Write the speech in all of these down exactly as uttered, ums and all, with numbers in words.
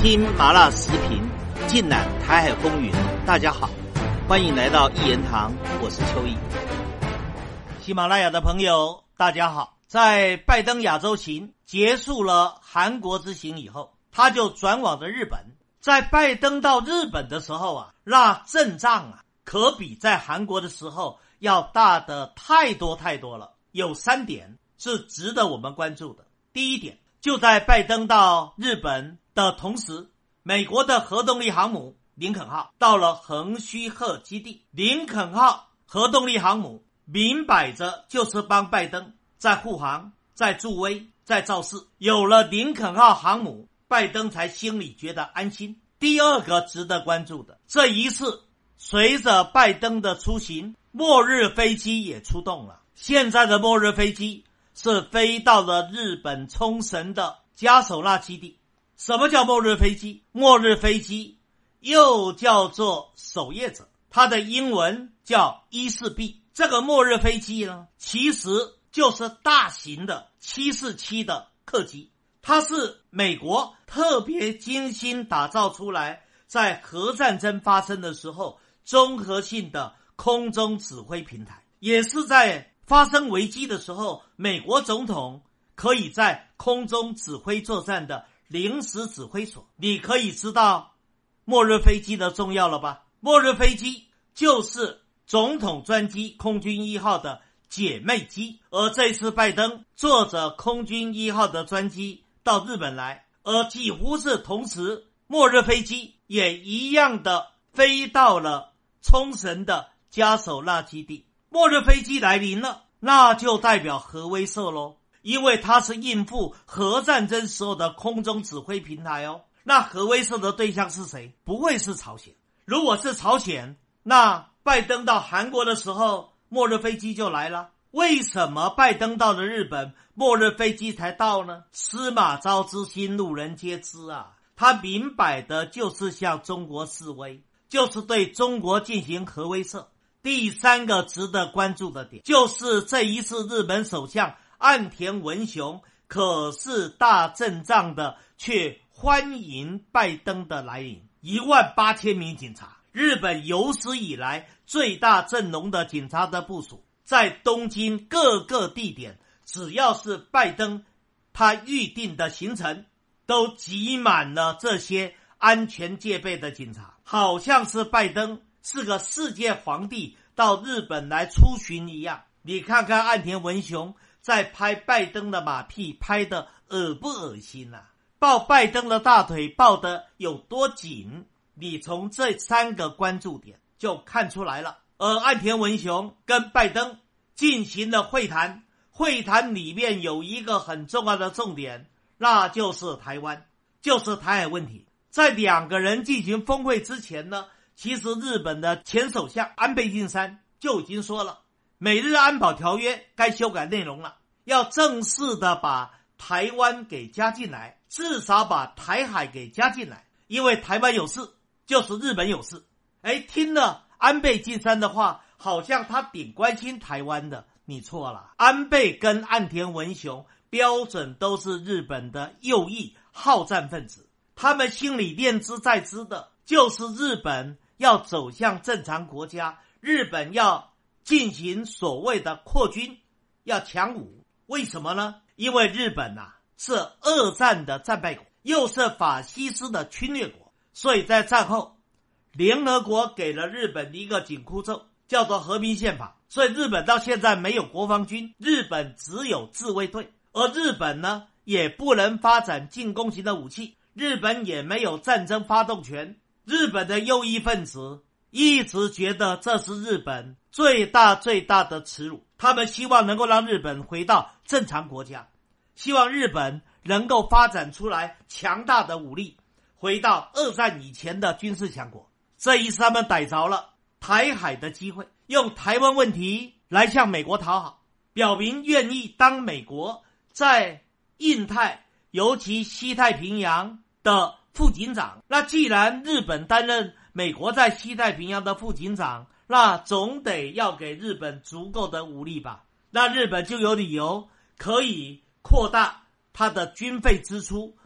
听麻辣时评，尽览台海风云。大家好，欢迎来到一言堂，我是邱毅。喜马拉雅的朋友大家好。在拜登亚洲行结束了韩国之行以后，他就转往了日本。在拜登到日本的时候啊，那阵仗啊可比在韩国的时候要大的太多太多了。有三点是值得我们关注的。第一点，就在拜登到日本的同时，美国的核动力航母林肯号到了横须贺基地。林肯号核动力航母明摆着就是帮拜登在护航，在助威，在造势。有了林肯号航母，拜登才心里觉得安心。第二个值得关注的，这一次随着拜登的出行，末日飞机也出动了。现在的末日飞机是飞到了日本冲绳的加手纳基地。什么叫末日飞机？末日飞机又叫做守夜者，它的英文叫 E 四 B。 这个末日飞机呢，其实就是大型的七四七的客机，它是美国特别精心打造出来，在核战争发生的时候综合性的空中指挥平台，也是在发生危机的时候美国总统可以在空中指挥作战的临时指挥所。你可以知道末日飞机的重要了吧？末日飞机就是总统专机空军一号的姐妹机，而这次拜登坐着空军一号的专机到日本来，而几乎是同时末日飞机也一样的飞到了冲绳的加手纳基地。末日飞机来临了，那就代表核威慑咯，因为它是应付核战争时候的空中指挥平台哦。那核威慑的对象是谁？不会是朝鲜。如果是朝鲜，那拜登到韩国的时候末日飞机就来了。为什么拜登到了日本末日飞机才到呢？司马昭之心，路人皆知啊。他明摆的就是向中国示威，就是对中国进行核威慑。第三个值得关注的点，就是这一次日本首相岸田文雄可是大阵仗的去欢迎拜登的来临。一万八千名警察，日本有史以来最大阵容的警察的部署，在东京各个地点，只要是拜登他预定的行程，都挤满了这些安全戒备的警察，好像是拜登是个世界皇帝到日本来出巡一样。你看看岸田文雄在拍拜登的马屁，拍得恶不恶心啊？抱拜登的大腿抱得有多紧，你从这三个关注点就看出来了。而岸田文雄跟拜登进行了会谈，会谈里面有一个很重要的重点，那就是台湾，就是台海问题。在两个人进行峰会之前呢，其实日本的前首相安倍晋三就已经说了，美日安保条约该修改内容了，要正式的把台湾给加进来，至少把台海给加进来，因为台湾有事就是日本有事。哎，听了安倍晋三的话，好像他挺关心台湾的，你错了。安倍跟岸田文雄标准都是日本的右翼好战分子，他们心里念之在之的就是日本要走向正常国家，日本要进行所谓的扩军，要强武。为什么呢？因为日本啊是二战的战败国，又是法西斯的侵略国，所以在战后联合国给了日本一个紧箍咒，叫做和平宪法。所以日本到现在没有国防军，日本只有自卫队。而日本呢也不能发展进攻型的武器，日本也没有战争发动权。日本的右翼分子一直觉得这是日本最大最大的耻辱，他们希望能够让日本回到正常国家，希望日本能够发展出来强大的武力，回到二战以前的军事强国。这一次他们逮着了台海的机会，用台湾问题来向美国讨好，表明愿意当美国在印太尤其西太平洋的副警长。那既然日本担任美国在西太平洋的副警长，那总得要给日本足够的武力吧，那日本就有理由可以扩大它的军费支出，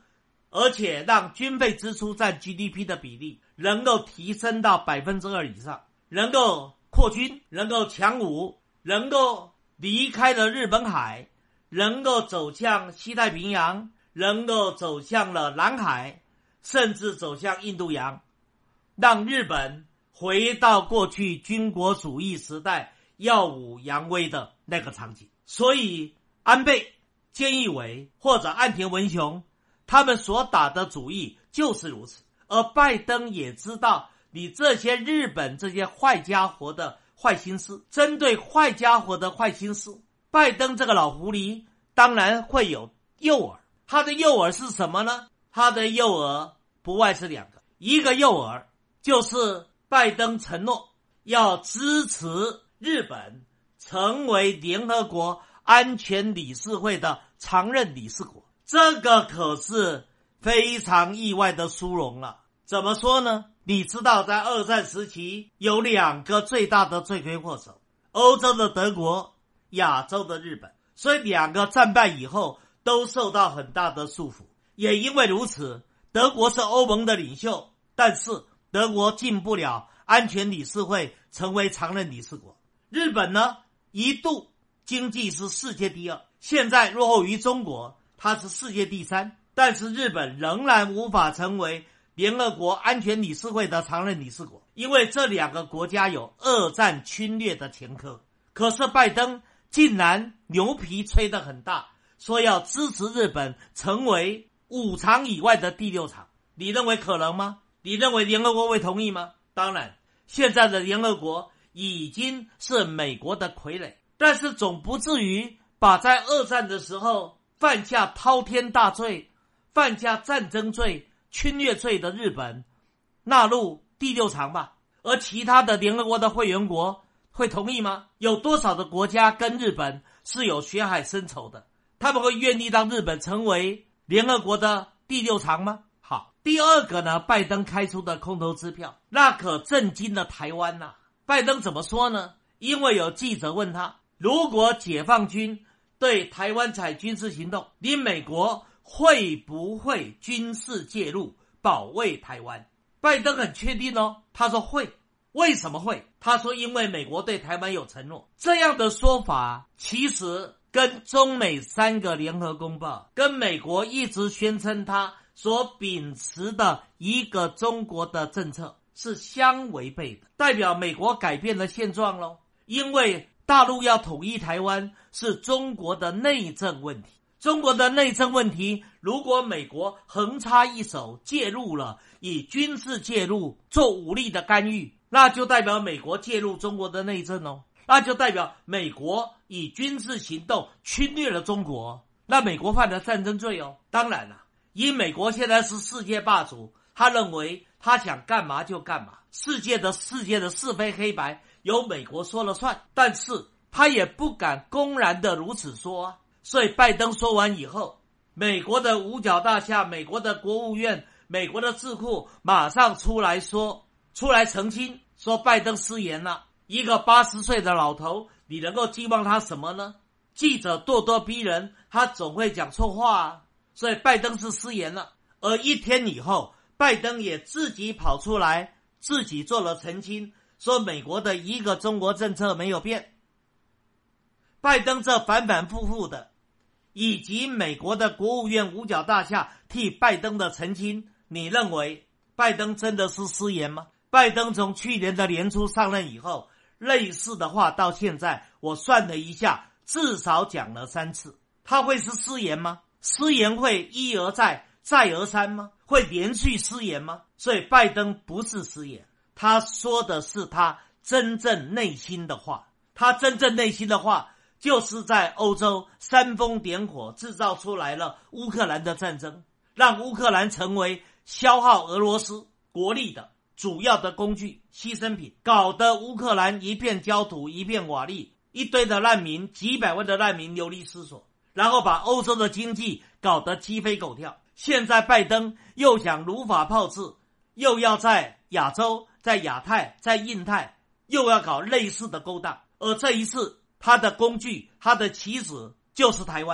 而且让军费支出占 G D P 的比例能够提升到 百分之二 以上，能够扩军，能够强武，能够离开了日本海，能够走向西太平洋，能够走向了南海，甚至走向印度洋，让日本回到过去军国主义时代耀武扬威的那个场景。所以安倍、菅义伟或者岸田文雄他们所打的主意就是如此，而拜登也知道你这些日本这些坏家伙的坏心思，针对坏家伙的坏心思，拜登这个老狐狸当然会有诱饵。他的诱饵是什么呢？他的诱饵不外是两个，一个诱饵就是拜登承诺要支持日本成为联合国安全理事会的常任理事国，这个可是非常意外的殊荣了。怎么说呢？你知道在二战时期有两个最大的罪魁祸首，欧洲的德国，亚洲的日本，所以两个战败以后都受到很大的束缚。也因为如此，德国是欧盟的领袖，但是德国进不了安全理事会成为常任理事国。日本呢，一度经济是世界第二，现在落后于中国，它是世界第三，但是日本仍然无法成为联合国安全理事会的常任理事国，因为这两个国家有二战侵略的前科。可是拜登竟然牛皮吹得很大，说要支持日本成为五常以外的第六常。你认为可能吗？你认为联合国会同意吗？当然，现在的联合国已经是美国的傀儡，但是总不至于把在二战的时候犯下滔天大罪、犯下战争罪、侵略罪的日本纳入第六常吧。而其他的联合国的会员国会同意吗？有多少的国家跟日本是有血海深仇的？他们会愿意让日本成为联合国的第六常吗？好，第二个呢，拜登开出的空头支票，那可震惊了台湾啊。拜登怎么说呢？因为有记者问他，如果解放军对台湾采军事行动，你美国会不会军事介入保卫台湾？拜登很确定哦，他说会。为什么会？他说因为美国对台湾有承诺。这样的说法其实跟中美三个联合公报，跟美国一直宣称他所秉持的一个中国的政策是相违背的，代表美国改变了现状咯。因为大陆要统一台湾是中国的内政问题，中国的内政问题，如果美国横插一手介入了，以军事介入做武力的干预，那就代表美国介入中国的内政哦，那就代表美国以军事行动侵略了中国，那美国犯了战争罪哦。当然了，因美国现在是世界霸主，他认为他想干嘛就干嘛，世界的世界的是非黑白由美国说了算，但是他也不敢公然的如此说啊。所以拜登说完以后，美国的五角大厦、美国的国务院、美国的智库马上出来说，出来澄清，说拜登失言了。一个八十岁的老头，你能够寄望他什么呢？记者咄咄逼人，他总会讲错话啊。所以拜登是失言了。而一天以后，拜登也自己跑出来，自己做了澄清，说美国的一个中国政策没有变。拜登这反反复复的，以及美国的国务院五角大厦替拜登的澄清，你认为拜登真的是失言吗？拜登从去年的年初上任以后，类似的话到现在我算了一下，至少讲了三次。他会是失言吗？失言会一而再再而三吗？会连续失言吗？所以拜登不是失言，他说的是他真正内心的话。他真正内心的话就是在欧洲煽风点火，制造出来了乌克兰的战争，让乌克兰成为消耗俄罗斯国力的主要的工具、牺牲品，搞得乌克兰一片焦土，一片瓦砾，一堆的难民，几百万的难民流离失所，然后把欧洲的经济搞得鸡飞狗跳。现在拜登又想如法炮制，又要在亚洲、在亚太、在印太又要搞类似的勾当，而这一次他的工具、他的棋子就是台湾。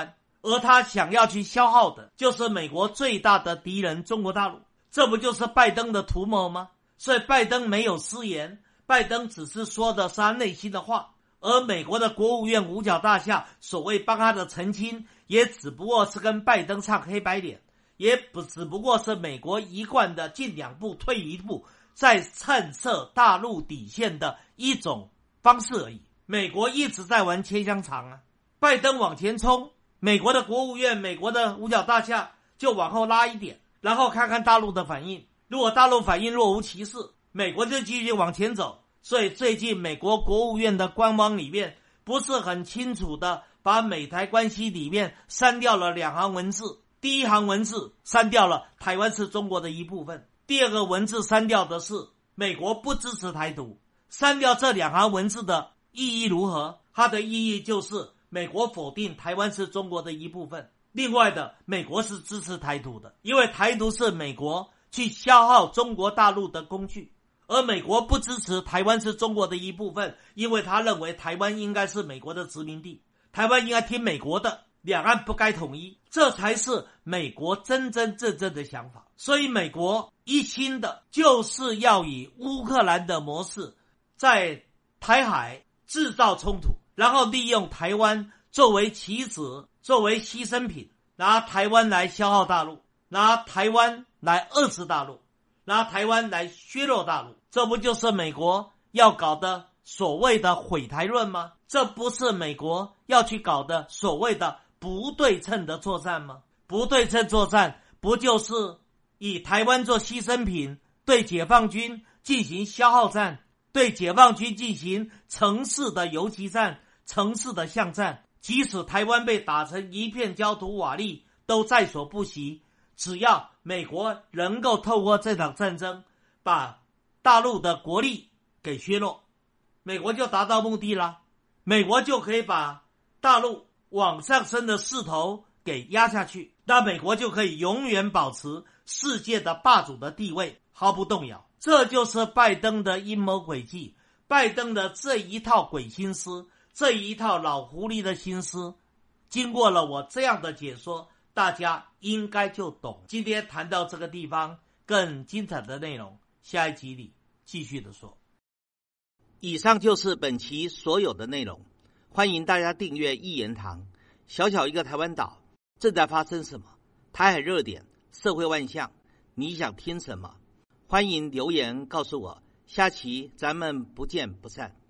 而他想要去消耗的就是美国最大的敌人中国大陆，这不就是拜登的图谋吗？所以拜登没有失言，拜登只是说的是他内心的话，而美国的国务院五角大厦所谓帮他的澄清，也只不过是跟拜登唱黑白脸，也不只不过是美国一贯的进两步退一步，在震慑大陆底线的一种方式而已。美国一直在玩切香肠啊，拜登往前冲，美国的国务院、美国的五角大厦就往后拉一点，然后看看大陆的反应。如果大陆反应若无其事，美国就继续往前走。所以最近美国国务院的官网里面不是很清楚的把美台关系里面删掉了两行文字。第一行文字删掉了台湾是中国的一部分，第二个文字删掉的是美国不支持台独。删掉这两行文字的意义如何？它的意义就是美国否定台湾是中国的一部分，另外的美国是支持台独的，因为台独是美国去消耗中国大陆的工具，而美国不支持台湾是中国的一部分，因为他认为台湾应该是美国的殖民地，台湾应该听美国的，两岸不该统一，这才是美国真真正正的想法。所以美国一心的就是要以乌克兰的模式在台海制造冲突，然后利用台湾作为棋子，作为牺牲品，拿台湾来消耗大陆，拿台湾来遏制大陆，拿台湾来削弱大陆，这不就是美国要搞的所谓的毁台论吗？这不是美国要去搞的所谓的不对称的作战吗？不对称作战不就是以台湾做牺牲品，对解放军进行消耗战，对解放军进行城市的游击战，城市的巷战，即使台湾被打成一片焦土瓦砾都在所不惜，只要美国能够透过这场战争把大陆的国力给削弱，美国就达到目的了，美国就可以把大陆往上升的势头给压下去，那美国就可以永远保持世界的霸主的地位，毫不动摇。这就是拜登的阴谋诡计，拜登的这一套鬼心思，这一套老狐狸的心思，经过了我这样的解说，大家应该就懂。今天谈到这个地方，更精彩的内容下一集里继续的说。以上就是本期所有的内容，欢迎大家订阅一言堂。小小一个台湾岛，正在发生什么？台海热点，社会万象，你想听什么？欢迎留言告诉我，下期咱们不见不散。